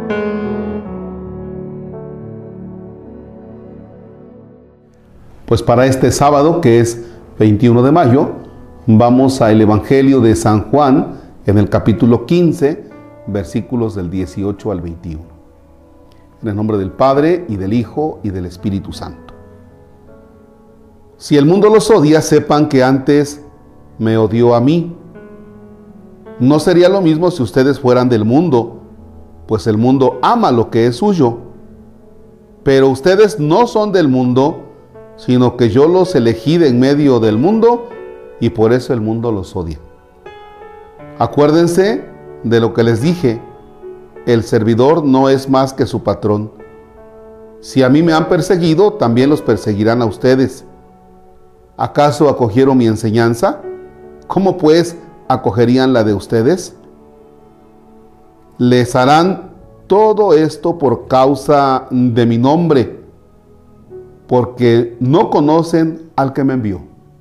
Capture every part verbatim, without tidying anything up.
Pues para este sábado, que es veintiuno de mayo, vamos al Evangelio de San Juan, en el capítulo quince, versículos del dieciocho al veintiuno. En el nombre del Padre, y del Hijo, y del Espíritu Santo. Si el mundo los odia, sepan que antes me odió a mí. No sería lo mismo si ustedes fueran del mundo, pues el mundo ama lo que es suyo. Pero ustedes no son del mundo, sino que yo los elegí de en medio del mundo, y por eso el mundo los odia. Acuérdense de lo que les dije: el servidor no es más que su patrón. Si a mí me han perseguido, también los perseguirán a ustedes. ¿Acaso acogieron mi enseñanza? ¿Cómo pues acogerían la de ustedes? Les harán todo esto por causa de mi nombre, porque no conocen al que me envió.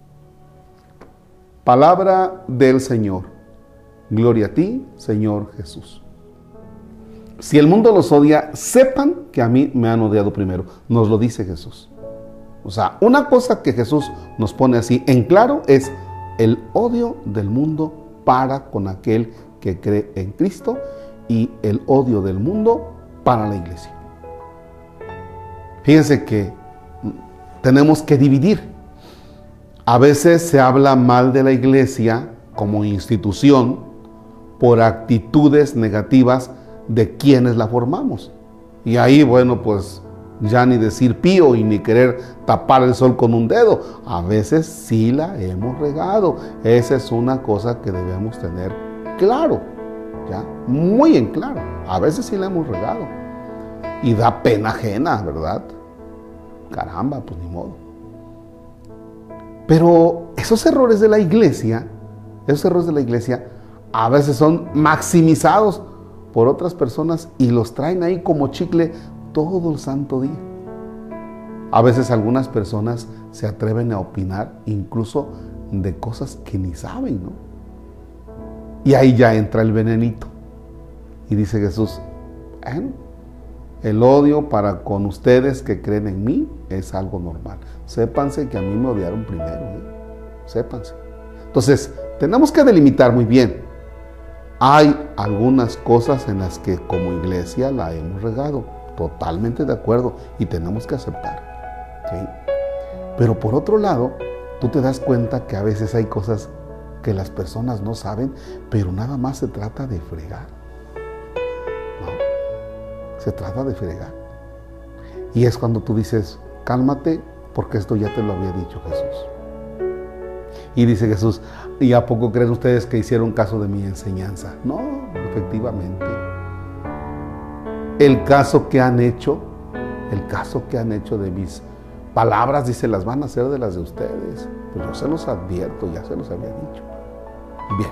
Palabra del Señor. Gloria a ti, Señor Jesús. Si el mundo los odia, sepan que a mí me han odiado primero. Nos lo dice Jesús. O sea, una cosa que Jesús nos pone así en claro es el odio del mundo para con aquel que cree en Cristo, y el odio del mundo para la iglesia. Fíjense que tenemos que dividir. A veces se habla mal de la iglesia como institución por actitudes negativas de quienes la formamos. Y ahí, bueno, pues ya ni decir pío y ni querer tapar el sol con un dedo. A veces sí la hemos regado. Esa es una cosa que debemos tener claro, ya, muy en claro. A veces sí la hemos regado. Y da pena ajena, ¿verdad? Caramba, pues ni modo. Pero esos errores de la iglesia, esos errores de la iglesia, a veces son maximizados por otras personas y los traen ahí como chicle todo el santo día. A veces algunas personas se atreven a opinar incluso de cosas que ni saben, ¿no? Y ahí ya entra el venenito. Y dice Jesús, ¿eh? El odio para con ustedes que creen en mí es algo normal. Sépanse que a mí me odiaron primero, ¿eh? Sépanse. Entonces, tenemos que delimitar muy bien. Hay algunas cosas en las que como iglesia la hemos regado. Totalmente de acuerdo. Y tenemos que aceptar, ¿sí? Pero por otro lado, tú te das cuenta que a veces hay cosas que las personas no saben, pero nada más se trata de fregar. No, se trata de fregar. Y es cuando tú dices, cálmate, porque esto ya te lo había dicho Jesús. Y dice Jesús, ¿y a poco creen ustedes que hicieron caso de mi enseñanza? No, efectivamente. El caso que han hecho, el caso que han hecho de mis palabras, dice, las van a hacer de las de ustedes. Pues yo se los advierto, ya se los había dicho. Bien.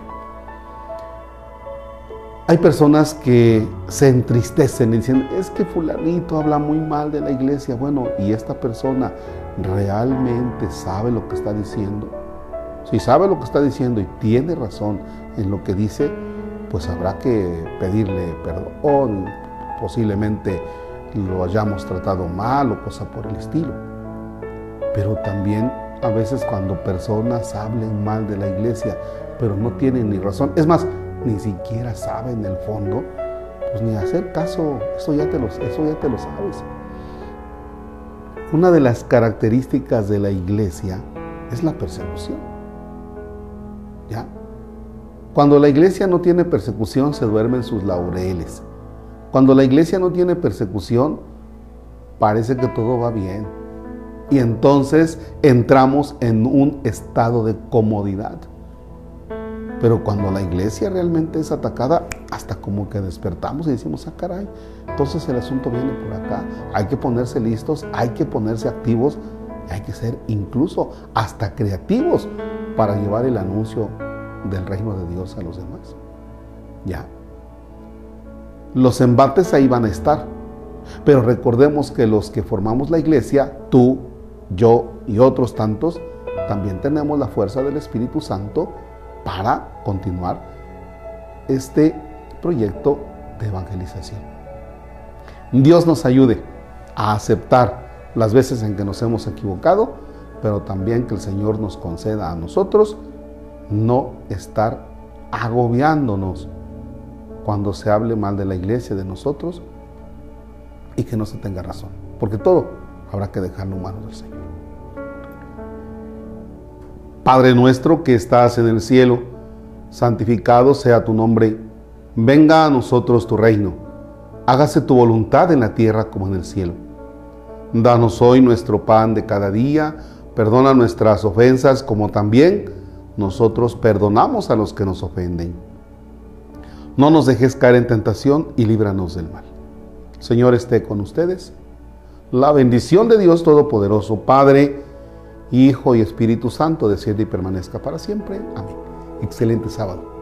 Hay personas que se entristecen y dicen, es que fulanito habla muy mal de la iglesia. Bueno, ¿y esta persona realmente sabe lo que está diciendo? Si sabe lo que está diciendo y tiene razón en lo que dice, pues habrá que pedirle perdón. Posiblemente lo hayamos tratado mal o cosa por el estilo. Pero también a veces cuando personas hablen mal de la iglesia, pero no tienen ni razón, es más, ni siquiera saben el fondo, pues ni hacer caso, eso ya te lo, eso ya te lo sabes. Una de las características de la iglesia es la persecución. ¿Ya? Cuando la iglesia no tiene persecución, se duerme en sus laureles. Cuando la iglesia no tiene persecución, parece que todo va bien. Y entonces entramos en un estado de comodidad. Pero cuando la iglesia realmente es atacada, hasta como que despertamos y decimos, ah, caray, entonces el asunto viene por acá. Hay que ponerse listos, hay que ponerse activos, y hay que ser incluso hasta creativos para llevar el anuncio del reino de Dios a los demás. Ya. Los embates ahí van a estar. Pero recordemos que los que formamos la iglesia, tú, yo y otros tantos, también tenemos la fuerza del Espíritu Santo para continuar este proyecto de evangelización. Dios nos ayude a aceptar las veces en que nos hemos equivocado, pero también que el Señor nos conceda a nosotros no estar agobiándonos cuando se hable mal de la iglesia, de nosotros, y que no se tenga razón, porque todo habrá que dejarlo en manos del Señor. Padre nuestro que estás en el cielo, santificado sea tu nombre. Venga a nosotros tu reino. Hágase tu voluntad en la tierra como en el cielo. Danos hoy nuestro pan de cada día. Perdona nuestras ofensas como también nosotros perdonamos a los que nos ofenden. No nos dejes caer en tentación y líbranos del mal. Señor esté con ustedes. La bendición de Dios Todopoderoso, Padre, Hijo y Espíritu Santo, descienda y permanezca para siempre. Amén. Excelente sábado.